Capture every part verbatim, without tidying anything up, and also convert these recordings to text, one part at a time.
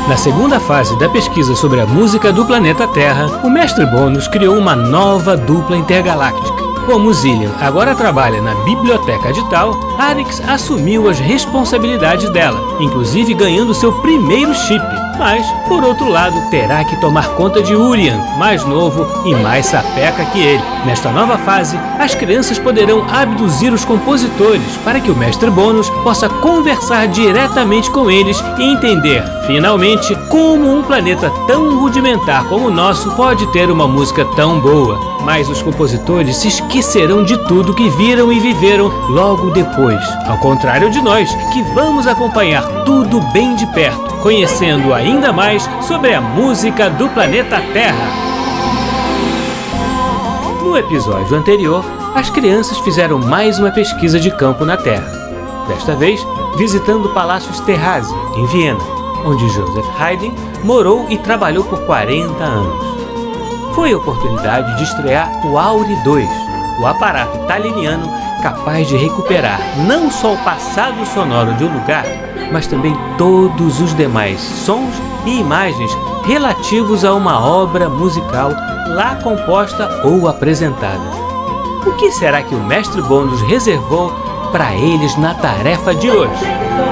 Na segunda fase da pesquisa sobre a música do planeta Terra, o mestre Bônus criou uma nova dupla intergaláctica. Como Zillian agora trabalha na biblioteca de Tal, Arix assumiu as responsabilidades dela, inclusive ganhando seu primeiro chip. Mas, por outro lado, terá que tomar conta de Urian, mais novo e mais sapeca que ele. Nesta nova fase, as crianças poderão abduzir os compositores para que o mestre Bônus possa conversar diretamente com eles e entender, finalmente, como um planeta tão rudimentar como o nosso pode ter uma música tão boa. Mas os compositores se esquecerão de tudo que viram e viveram logo depois, ao contrário de nós, que vamos acompanhar tudo bem de perto, conhecendo ainda mais sobre a música do planeta Terra. No episódio anterior, as crianças fizeram mais uma pesquisa de campo na Terra, desta vez visitando o Palácio Esterházy, em Viena, onde Joseph Haydn morou e trabalhou por quarenta anos. Foi a oportunidade de estrear o Auri dois, o aparato taliniano capaz de recuperar não só o passado sonoro de um lugar, mas também todos os demais sons e imagens relativos a uma obra musical lá composta ou apresentada. O que será que o mestre Bônus reservou para eles na tarefa de hoje?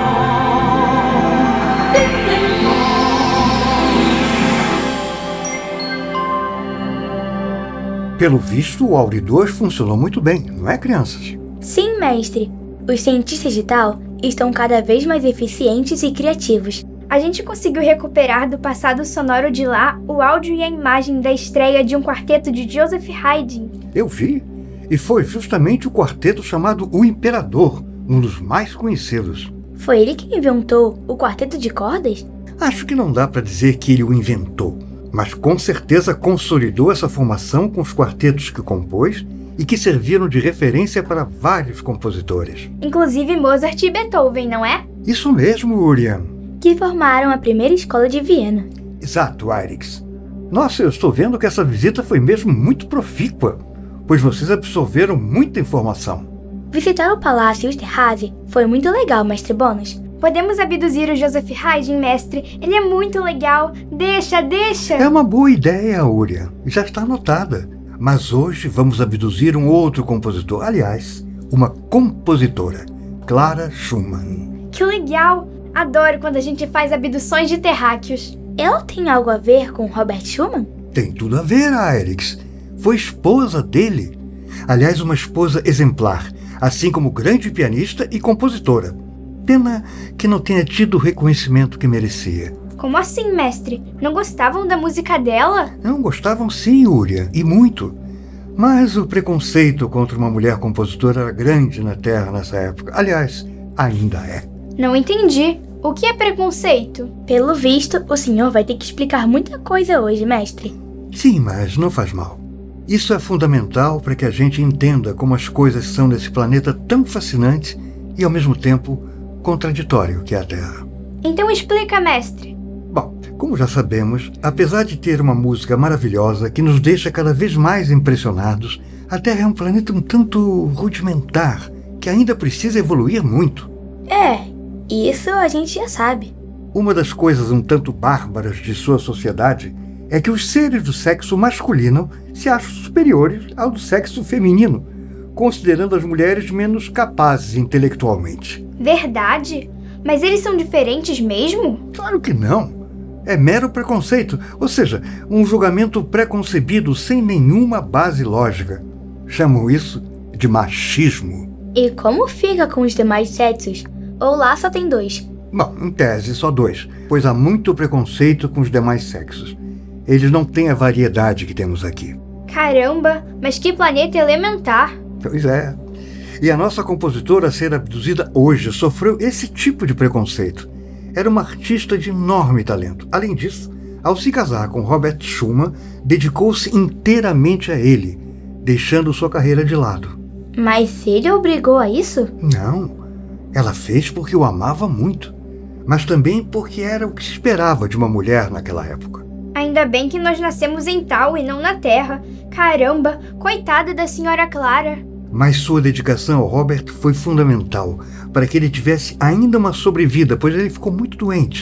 Pelo visto, o Auri dois funcionou muito bem, não é, crianças? Sim, mestre. Os cientistas de Tal estão cada vez mais eficientes e criativos. A gente conseguiu recuperar do passado sonoro de lá o áudio e a imagem da estreia de um quarteto de Joseph Haydn. Eu vi, e foi justamente o quarteto chamado O Imperador, um dos mais conhecidos. Foi ele que inventou o quarteto de cordas? Acho que não dá para dizer que ele o inventou, mas com certeza consolidou essa formação com os quartetos que compôs e que serviram de referência para vários compositores. Inclusive Mozart e Beethoven, não é? Isso mesmo, Urian. Que formaram a primeira escola de Viena. Exato, Arix. Nossa, eu estou vendo que essa visita foi mesmo muito profícua, pois vocês absorveram muita informação. Visitar o Palácio Esterházy foi muito legal, mestre Bônus. Podemos abduzir o Joseph Haydn, mestre. Ele é muito legal. Deixa, deixa. É uma boa ideia, Urian. Já está anotada. Mas hoje vamos abduzir um outro compositor. Aliás, uma compositora. Clara Schumann. Que legal. Adoro quando a gente faz abduções de terráqueos. Ela tem algo a ver com Robert Schumann? Tem tudo a ver, Arix. Foi esposa dele. Aliás, uma esposa exemplar, assim como grande pianista e compositora. Pena que não tenha tido o reconhecimento que merecia. Como assim, mestre? Não gostavam da música dela? Não, gostavam sim, Urian, e muito. Mas o preconceito contra uma mulher compositora era grande na Terra nessa época. Aliás, ainda é. Não entendi. O que é preconceito? Pelo visto, o senhor vai ter que explicar muita coisa hoje, mestre. Sim, mas não faz mal. Isso é fundamental para que a gente entenda como as coisas são nesse planeta tão fascinante e, ao mesmo tempo, contraditório que é a Terra. Então explica, mestre. Bom, como já sabemos, apesar de ter uma música maravilhosa que nos deixa cada vez mais impressionados, a Terra é um planeta um tanto rudimentar, que ainda precisa evoluir muito. É, isso a gente já sabe. Uma das coisas um tanto bárbaras de sua sociedade é que os seres do sexo masculino se acham superiores ao do sexo feminino, considerando as mulheres menos capazes intelectualmente. Verdade? Mas eles são diferentes mesmo? Claro que não. É mero preconceito, ou seja, um julgamento preconcebido sem nenhuma base lógica. Chamam isso de machismo. E como fica com os demais sexos? Ou lá só tem dois? Bom, em tese só dois, pois há muito preconceito com os demais sexos. Eles não têm a variedade que temos aqui. Caramba, mas que planeta elementar! Pois é. E a nossa compositora a ser abduzida hoje sofreu esse tipo de preconceito. Era uma artista de enorme talento. Além disso, ao se casar com Robert Schumann, dedicou-se inteiramente a ele, deixando sua carreira de lado. Mas ele obrigou a isso? Não. Ela fez porque o amava muito, mas também porque era o que se esperava de uma mulher naquela época. Ainda bem que nós nascemos em Tal e não na Terra. Caramba, coitada da senhora Clara. Mas sua dedicação ao Robert foi fundamental para que ele tivesse ainda uma sobrevida, pois ele ficou muito doente,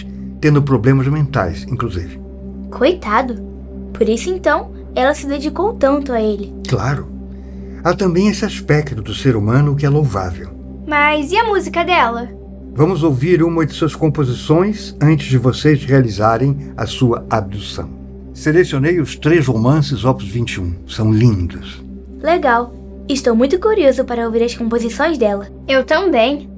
tendo problemas mentais, inclusive. Coitado. Por isso então, ela se dedicou tanto a ele. Claro. Há também esse aspecto do ser humano que é louvável. Mas e a música dela? Vamos ouvir uma de suas composições antes de vocês realizarem a sua abdução. Selecionei os três romances Opus vinte e um. São lindos. Legal. Estou muito curioso para ouvir as composições dela. Eu também.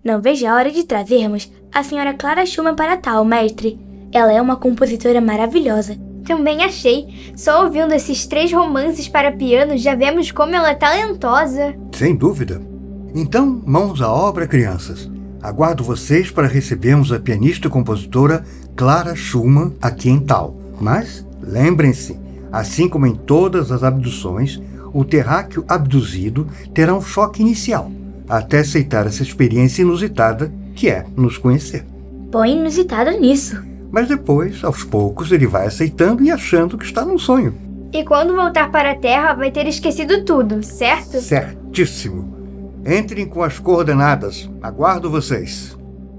Não vejo a hora de trazermos a senhora Clara Schumann para tal, mestre. Ela é uma compositora maravilhosa. Também achei. Só ouvindo esses três romances para piano já vemos como ela é talentosa. Sem dúvida. Então, mãos à obra, crianças. Aguardo vocês para recebermos a pianista e compositora Clara Schumann aqui em Tal. Mas, lembrem-se, assim como em todas as abduções, o terráqueo abduzido terá um choque inicial, até aceitar essa experiência inusitada que é nos conhecer. Põe inusitado nisso. Mas depois, aos poucos, ele vai aceitando e achando que está num sonho. E quando voltar para a Terra vai ter esquecido tudo, certo? Certíssimo. Entrem com as coordenadas. Aguardo vocês.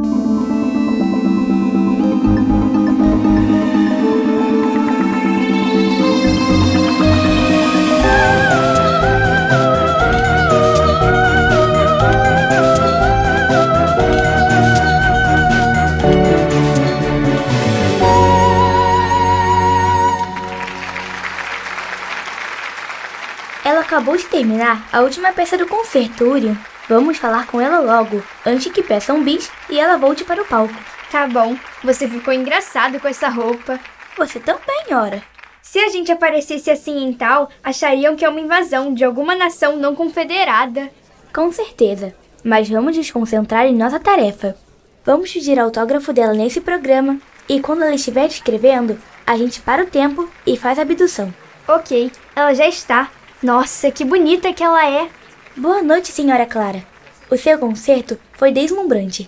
Ela acabou de terminar a última peça do concerto, Urian. Vamos falar com ela logo, antes que peça um bis e ela volte para o palco. Tá bom, você ficou engraçado com essa roupa. Você também, ora. Se a gente aparecesse assim em Tal, achariam que é uma invasão de alguma nação não confederada. Com certeza, mas vamos nos concentrar em nossa tarefa. Vamos pedir autógrafo dela nesse programa e quando ela estiver escrevendo, a gente para o tempo e faz a abdução. Ok, ela já está. Nossa, que bonita que ela é. Boa noite, senhora Clara. O seu concerto foi deslumbrante.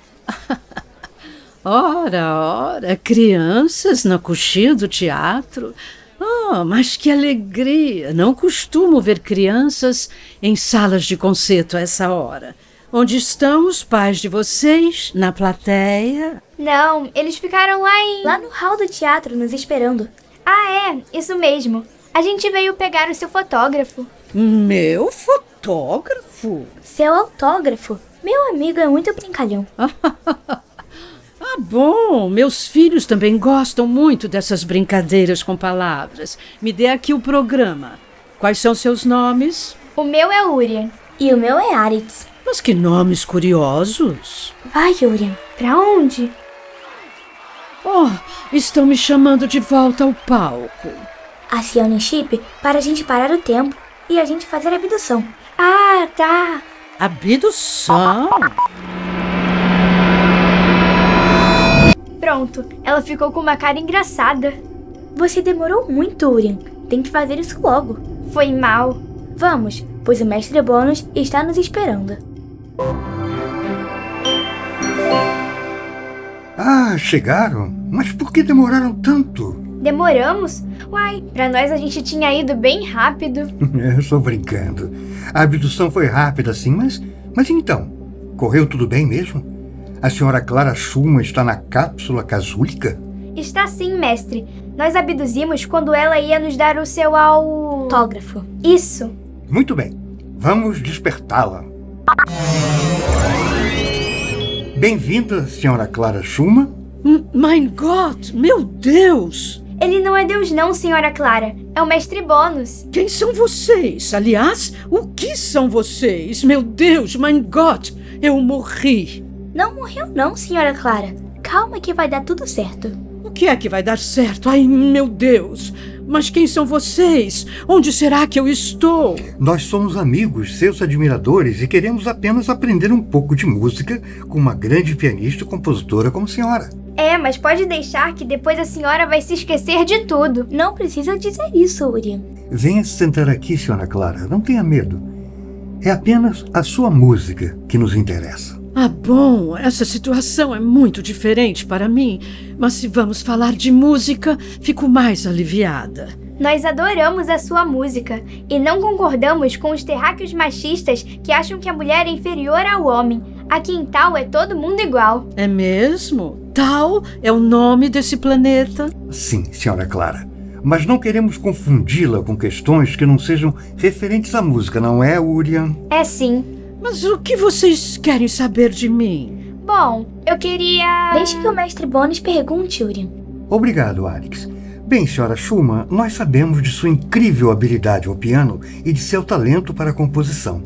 Ora, ora, crianças na coxia do teatro. Oh, mas que alegria! Não costumo ver crianças em salas de concerto a essa hora. Onde estão os pais de vocês? Na plateia? Não, eles ficaram lá em... Lá no hall do teatro, nos esperando. Ah, é, isso mesmo. A gente veio pegar o seu fotógrafo. Meu fotógrafo? Seu autógrafo. Meu amigo é muito brincalhão. Ah, bom. Meus filhos também gostam muito dessas brincadeiras com palavras. Me dê aqui o programa. Quais são seus nomes? O meu é Urian. E o meu é Aritz. Mas que nomes curiosos. Vai, Urian. Pra onde? Oh, estão me chamando de volta ao palco. Acione o chip para a gente parar o tempo e a gente fazer a abdução. Ah, tá. Abdução? Pronto, ela ficou com uma cara engraçada. Você demorou muito, Urian. Tem que fazer isso logo. Foi mal. Vamos, pois o mestre Bônus está nos esperando. Ah, chegaram? Mas por que demoraram tanto? Demoramos? Uai, pra nós a gente tinha ido bem rápido. Eu estou brincando. A abdução foi rápida, sim, mas... Mas então, correu tudo bem mesmo? A senhora Clara Schumann está na cápsula casúlica? Está sim, mestre. Nós abduzimos quando ela ia nos dar o seu au... Autógrafo. Isso. Muito bem. Vamos despertá-la. Bem-vinda, senhora Clara Schumann. Mein Gott, meu Deus! Ele não é Deus não, senhora Clara. É o mestre Bônus. Quem são vocês? Aliás, o que são vocês? Meu Deus, mein Gott, eu morri. Não morreu não, senhora Clara. Calma que vai dar tudo certo. O que é que vai dar certo? Ai, meu Deus! Mas quem são vocês? Onde será que eu estou? Nós somos amigos, seus admiradores, e queremos apenas aprender um pouco de música com uma grande pianista e compositora como a senhora. É, mas pode deixar que depois a senhora vai se esquecer de tudo. Não precisa dizer isso, Urian. Venha se sentar aqui, senhora Clara. Não tenha medo. É apenas a sua música que nos interessa. Ah, bom, essa situação é muito diferente para mim, mas se vamos falar de música, fico mais aliviada. Nós adoramos a sua música e não concordamos com os terráqueos machistas que acham que a mulher é inferior ao homem. Aqui em Tal é todo mundo igual. É mesmo? Tal é o nome desse planeta? Sim, senhora Clara. Mas não queremos confundi-la com questões que não sejam referentes à música, não é, Urian? É sim. Mas o que vocês querem saber de mim? Bom, eu queria... Deixe que o mestre Bônus pergunte, Urian. Obrigado, Alex. Bem, senhora Schumann, nós sabemos de sua incrível habilidade ao piano e de seu talento para a composição.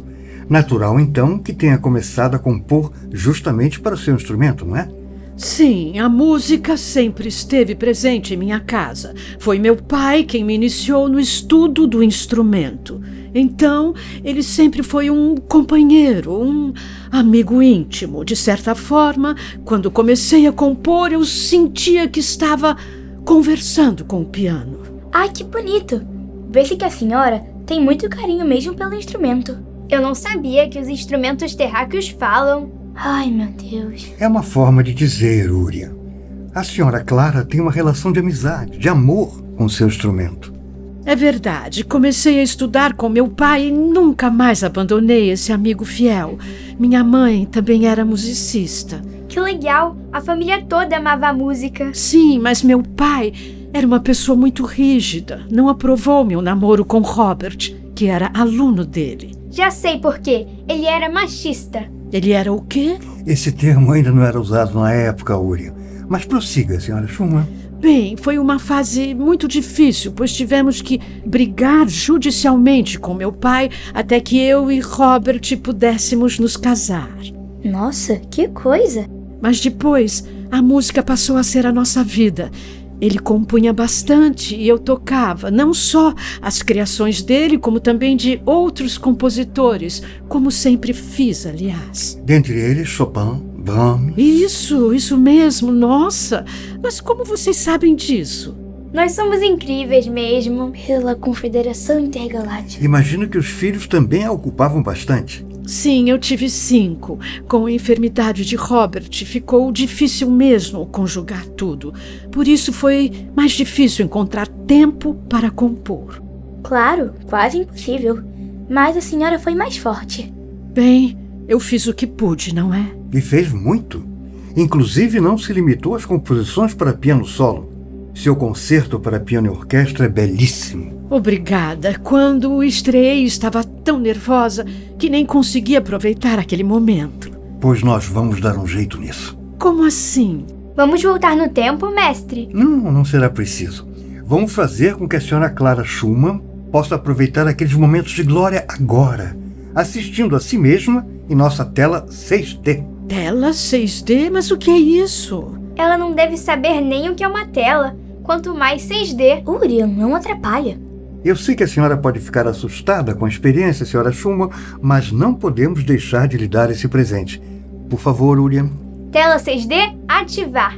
Natural, então, que tenha começado a compor justamente para o seu instrumento, não é? Sim, a música sempre esteve presente em minha casa. Foi meu pai quem me iniciou no estudo do instrumento. Então, ele sempre foi um companheiro, um amigo íntimo. De certa forma, quando comecei a compor, eu sentia que estava conversando com o piano. Ai, que bonito! Vê-se que a senhora tem muito carinho mesmo pelo instrumento. Eu não sabia que os instrumentos terráqueos falam. Ai, meu Deus. É uma forma de dizer, Úria. A senhora Clara tem uma relação de amizade, de amor com seu instrumento. É verdade, comecei a estudar com meu pai e nunca mais abandonei esse amigo fiel. Minha mãe também era musicista. Que legal! A família toda amava a música. Sim, mas meu pai era uma pessoa muito rígida. Não aprovou meu namoro com Robert, que era aluno dele. Já sei por quê. Ele era machista. Ele era o quê? Esse termo ainda não era usado na época, Úria. Mas prossiga, senhora Schumann. Bem, foi uma fase muito difícil, pois tivemos que brigar judicialmente com meu pai até que eu e Robert pudéssemos nos casar. Nossa, que coisa! Mas depois, a música passou a ser a nossa vida. Ele compunha bastante e eu tocava, não só as criações dele, como também de outros compositores, como sempre fiz, aliás. Dentre eles, Chopin, Brahms... Isso, isso mesmo, nossa! Mas como vocês sabem disso? Nós somos incríveis mesmo. Pela Confederação Intergaláctica. Imagino que os filhos também a ocupavam bastante. Sim, eu tive cinco. Com a enfermidade de Robert, ficou difícil mesmo conjugar tudo. Por isso foi mais difícil encontrar tempo para compor. Claro, quase impossível. Mas a senhora foi mais forte. Bem, eu fiz o que pude, não é? E fez muito. Inclusive não se limitou às composições para piano solo. Seu concerto para piano e orquestra é belíssimo. Obrigada. Quando o estreei, estava tão nervosa que nem consegui aproveitar aquele momento. Pois nós vamos dar um jeito nisso. Como assim? Vamos voltar no tempo, mestre? Não, não será preciso. Vamos fazer com que a senhora Clara Schumann possa aproveitar aqueles momentos de glória agora, assistindo a si mesma em nossa tela seis D. Tela seis D? Mas o que é isso? Ela não deve saber nem o que é uma tela, quanto mais seis D. Urian, não atrapalha. Eu sei que a senhora pode ficar assustada com a experiência, senhora Schumann, mas não podemos deixar de lhe dar esse presente. Por favor, Urian. Tela seis D, ativar.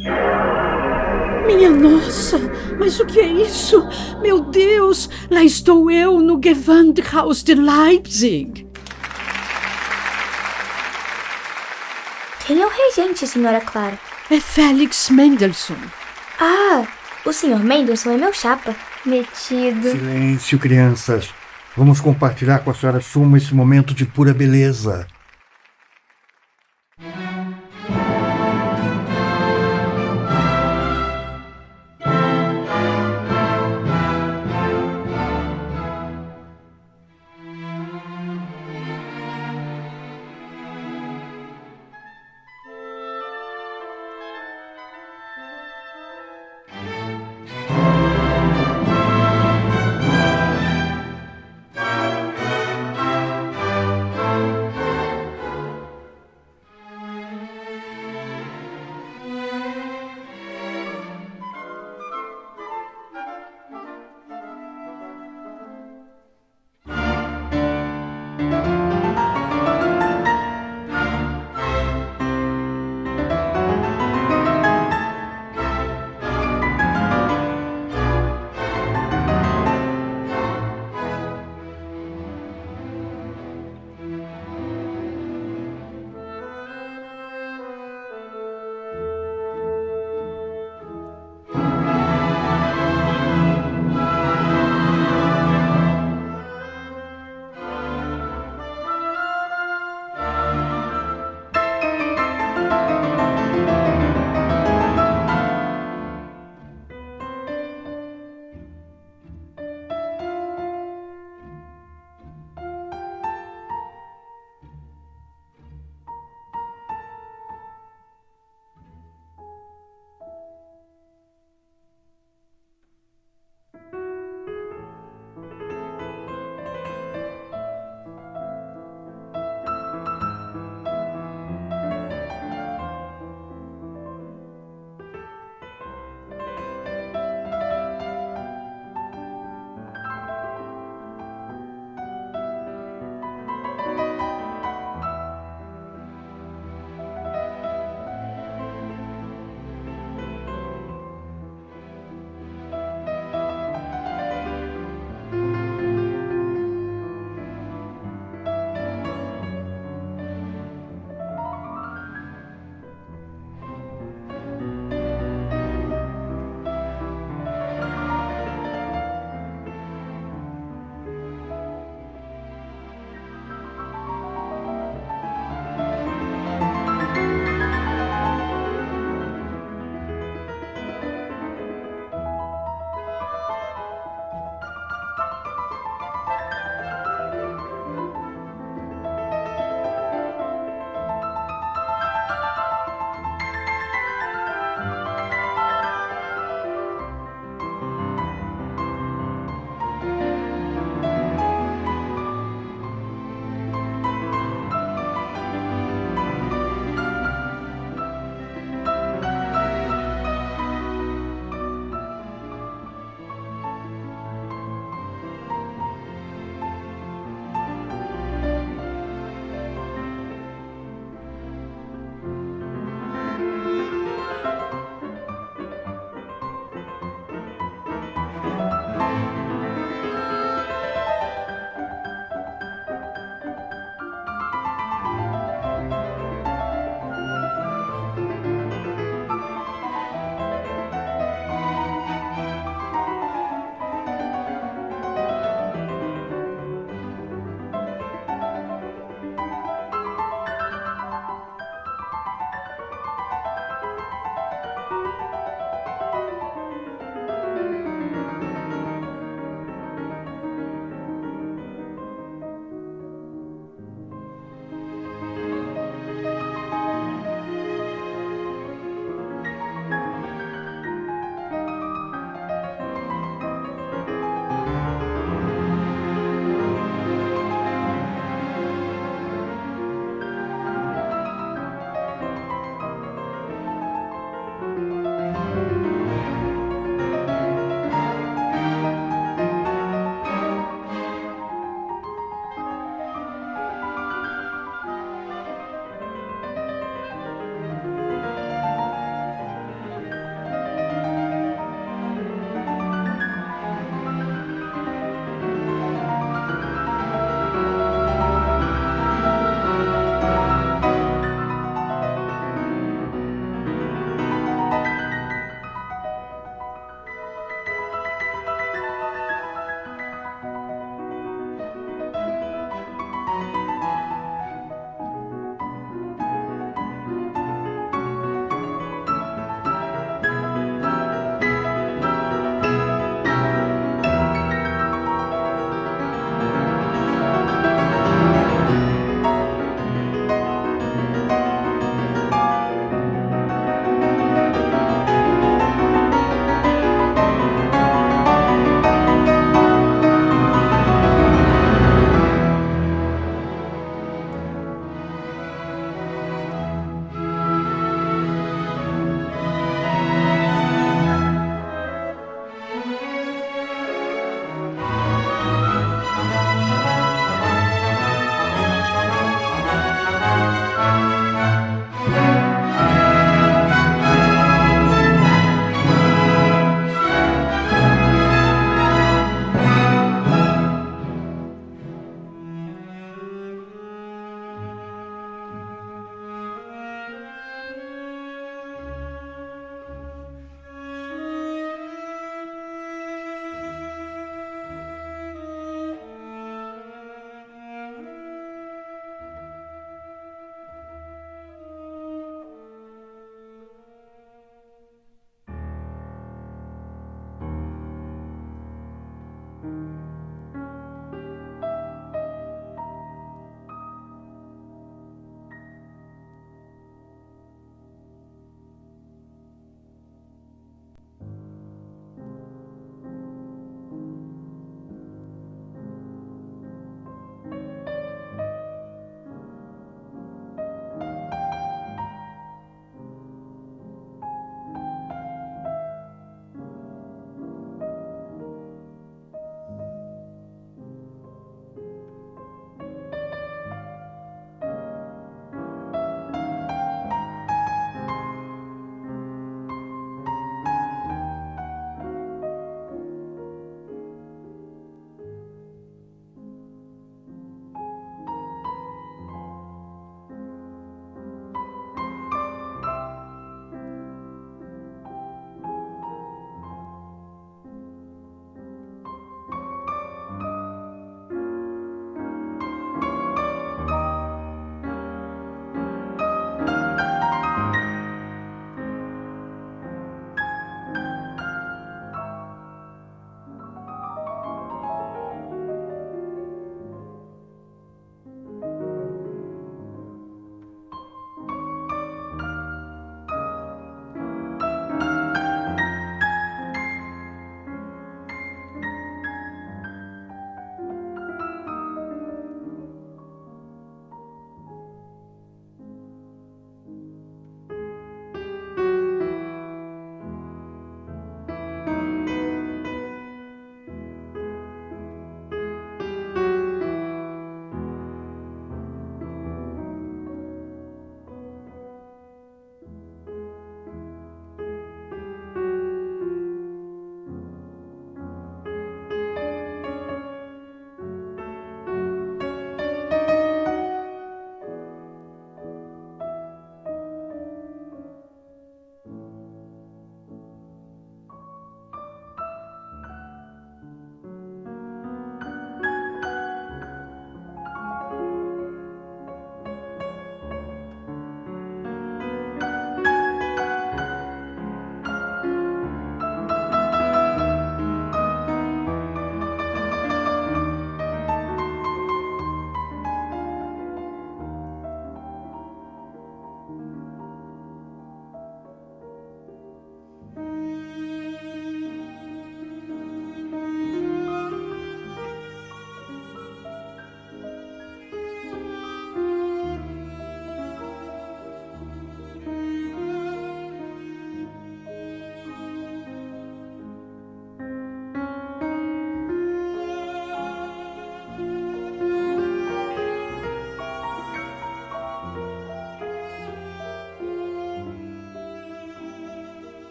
Minha nossa, mas o que é isso? Meu Deus, lá estou eu no Gewandhaus de Leipzig. Quem é o regente, senhora Clara? É Felix Mendelssohn. Ah, o senhor Mendelssohn é meu chapa. Metido. Silêncio, crianças. Vamos compartilhar com a senhora Schumann esse momento de pura beleza.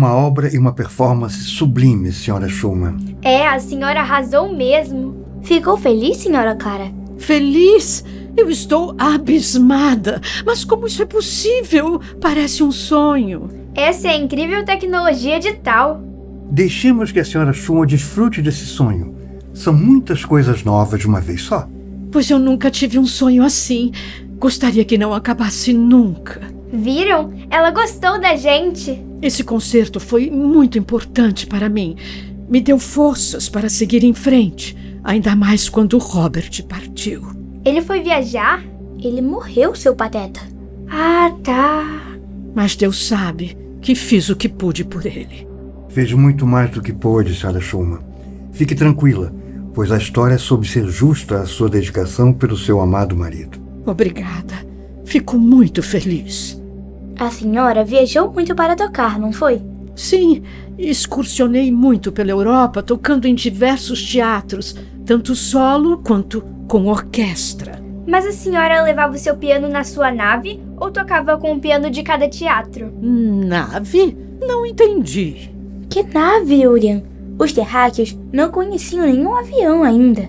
uma obra e uma performance sublime, senhora Schumann. É, a senhora arrasou mesmo. Ficou feliz, senhora Clara? Feliz? Eu estou abismada. Mas como isso é possível? Parece um sonho. Essa é a incrível tecnologia digital. Deixemos que a senhora Schumann desfrute desse sonho. São muitas coisas novas de uma vez só. Pois eu nunca tive um sonho assim. Gostaria que não acabasse nunca. Viram? Ela gostou da gente. Esse concerto foi muito importante para mim. Me deu forças para seguir em frente. Ainda mais quando o Robert partiu. Ele foi viajar? Ele morreu, seu pateta. Ah, tá. Mas Deus sabe que fiz o que pude por ele. Fez muito mais do que pôde, senhora Schumann. Fique tranquila, pois a história é sobre ser justa a sua dedicação pelo seu amado marido. Obrigada. Fico muito feliz. A senhora viajou muito para tocar, não foi? Sim, excursionei muito pela Europa, tocando em diversos teatros, tanto solo quanto com orquestra. Mas a senhora levava o seu piano na sua nave ou tocava com o piano de cada teatro? Nave? Não entendi. Que nave, Urian? Os terráqueos não conheciam nenhum avião ainda.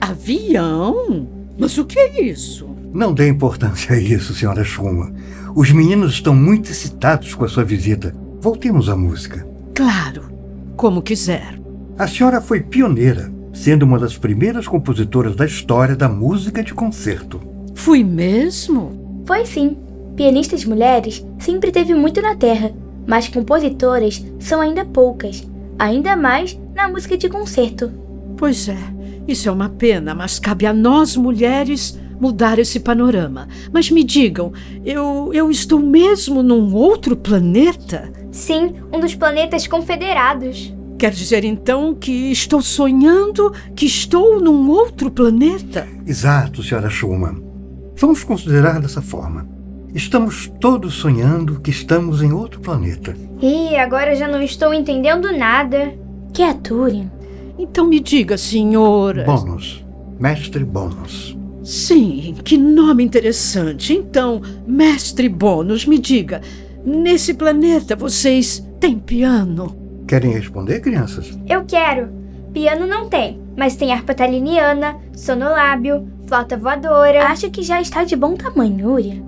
Avião? Mas o que é isso? Não dê importância a isso, senhora Schumann. Os meninos estão muito excitados com a sua visita. Voltemos à música. Claro, como quiser. A senhora foi pioneira, sendo uma das primeiras compositoras da história da música de concerto. Fui mesmo? Foi sim. Pianistas mulheres sempre teve muito na Terra, mas compositoras são ainda poucas, ainda mais na música de concerto. Pois é, isso é uma pena, mas cabe a nós mulheres mudar esse panorama. Mas me digam, eu, eu estou mesmo num outro planeta? Sim, um dos planetas confederados. Quer dizer então que estou sonhando que estou num outro planeta? Exato, senhora Schumann. Vamos considerar dessa forma. Estamos todos sonhando que estamos em outro planeta. Ih, agora já não estou entendendo nada. Que é Túrian? Então me diga, senhora... Bônus. Mestre Bônus. Sim, que nome interessante. Então, Mestre Bônus, me diga, nesse planeta vocês têm piano? Querem responder, crianças? Eu quero. Piano não tem, mas tem harpa taliniana, sonolábio, flauta voadora. Acho que já está de bom tamanho, Urian.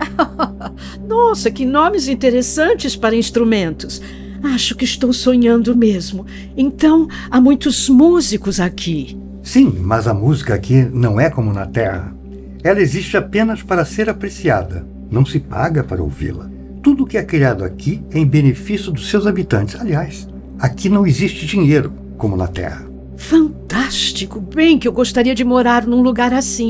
Nossa, que nomes interessantes para instrumentos. Acho que estou sonhando mesmo. Então, há muitos músicos aqui. Sim, mas a música aqui não é como na Terra. Ela existe apenas para ser apreciada. Não se paga para ouvi-la. Tudo que é criado aqui é em benefício dos seus habitantes. Aliás, aqui não existe dinheiro, como na Terra. Fantástico! Bem que eu gostaria de morar num lugar assim.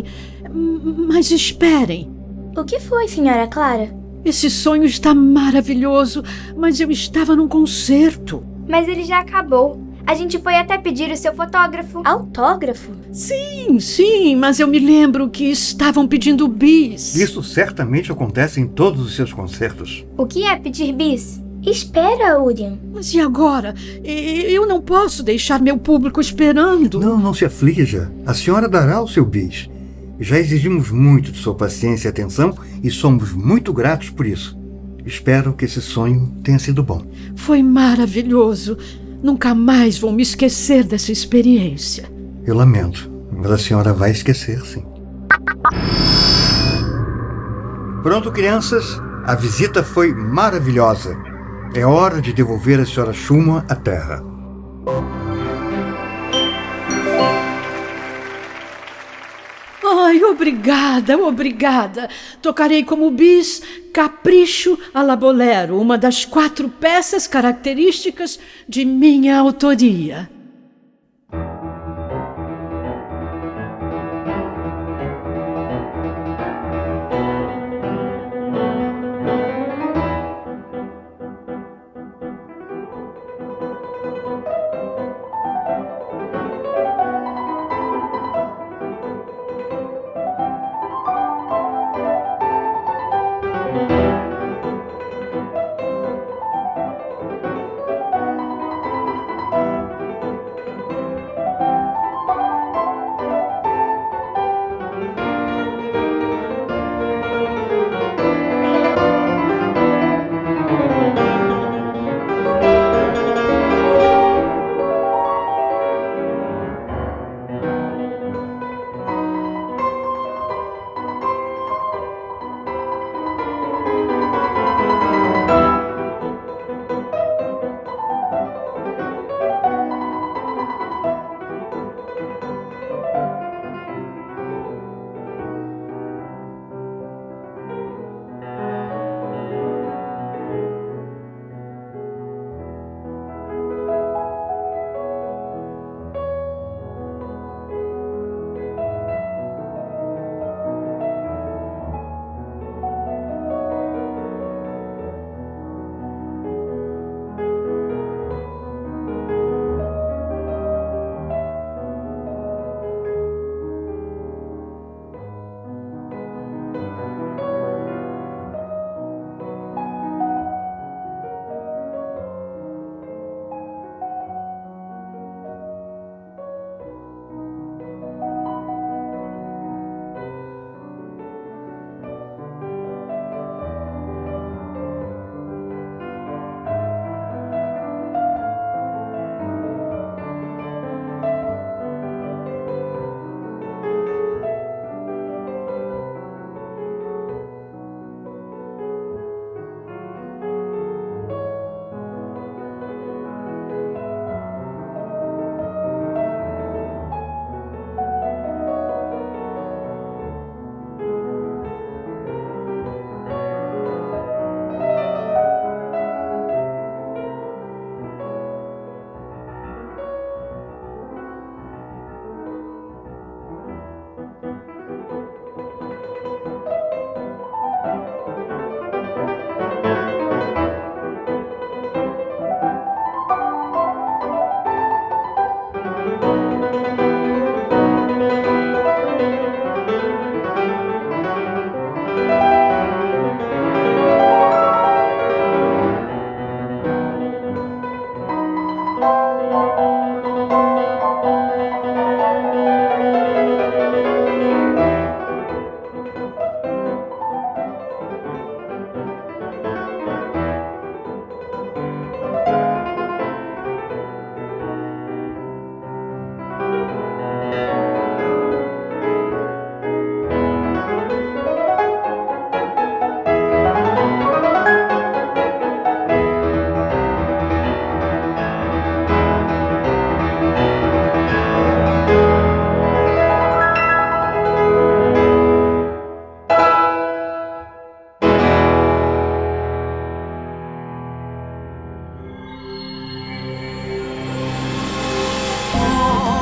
Mas esperem. O que foi, senhora Clara? Esse sonho está maravilhoso, mas eu estava num concerto. Mas ele já acabou. A gente foi até pedir o seu fotógrafo. Autógrafo? Sim, sim, mas eu me lembro que estavam pedindo bis. Isso certamente acontece em todos os seus concertos. O que é pedir bis? Espera, Urian. Mas e agora? Eu não posso deixar meu público esperando. Não, não se aflija. A senhora dará o seu bis. Já exigimos muito de sua paciência e atenção e somos muito gratos por isso. Espero que esse sonho tenha sido bom. Foi maravilhoso. Nunca mais vou me esquecer dessa experiência. Eu lamento, mas a senhora vai esquecer, sim. Pronto, crianças, a visita foi maravilhosa. É hora de devolver a senhora Schumann à Terra. Ai, obrigada, obrigada. Tocarei como bis Capricho alla Bolero, uma das quatro peças características de minha autoria.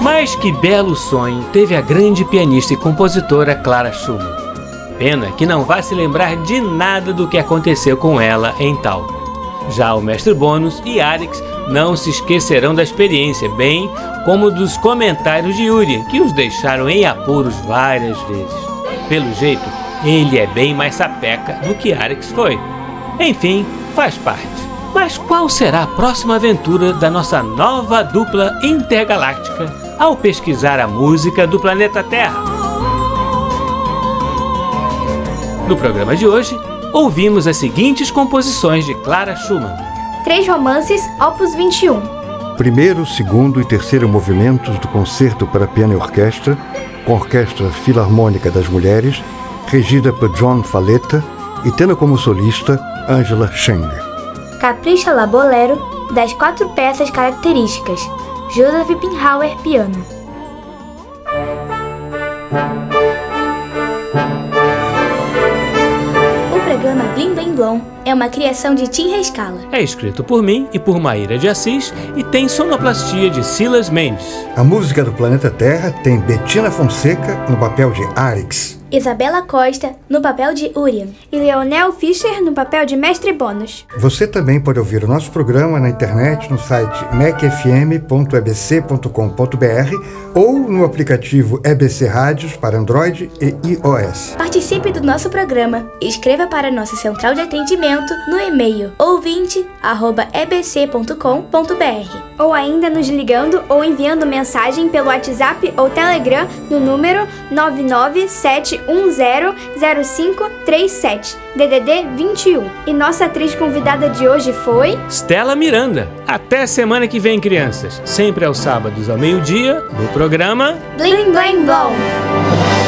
Mas que belo sonho teve a grande pianista e compositora Clara Schumann. Pena que não vai se lembrar de nada do que aconteceu com ela em tal. Já o mestre Bônus e Arix não se esquecerão da experiência, bem como dos comentários de Yuri, que os deixaram em apuros várias vezes. Pelo jeito, ele é bem mais sapeca do que Arix foi. Enfim, faz parte. Mas qual será a próxima aventura da nossa nova dupla intergaláctica ao pesquisar a música do planeta Terra? No programa de hoje, ouvimos as seguintes composições de Clara Schumann. Três romances, opus vinte e um. Primeiro, segundo e terceiro movimentos do Concerto para Piano e Orquestra, com a Orquestra Filarmônica das Mulheres, regida por John Falletta e tendo como solista Angela Cheng. Capricha La Bolero, das quatro peças características, Joseph Pinhauer, piano. O programa Blim Blim Blom é uma criação de Tim Rescala. É escrito por mim e por Maíra de Assis e tem sonoplastia de Silas Mendes. A música do planeta Terra tem Bettina Fonseca no papel de Arix, Isabela Costa no papel de Urian e Leonel Fischer no papel de Mestre Bônus. Você também pode ouvir o nosso programa na internet no site mec f m ponto e b c ponto com ponto b r ou no aplicativo E B C Rádios para Android e iOS. Participe do nosso programa e escreva para nossa central de atendimento no e-mail ouvinte arroba e b c ponto com ponto b r ou ainda nos ligando ou enviando mensagem pelo WhatsApp ou Telegram no número nove nove sete um zero zero cinco três sete, D D D vinte e um. E nossa atriz convidada de hoje foi... Stella Miranda. Até semana que vem, crianças. Sempre aos sábados ao meio-dia, no programa... Blim Blim Blom.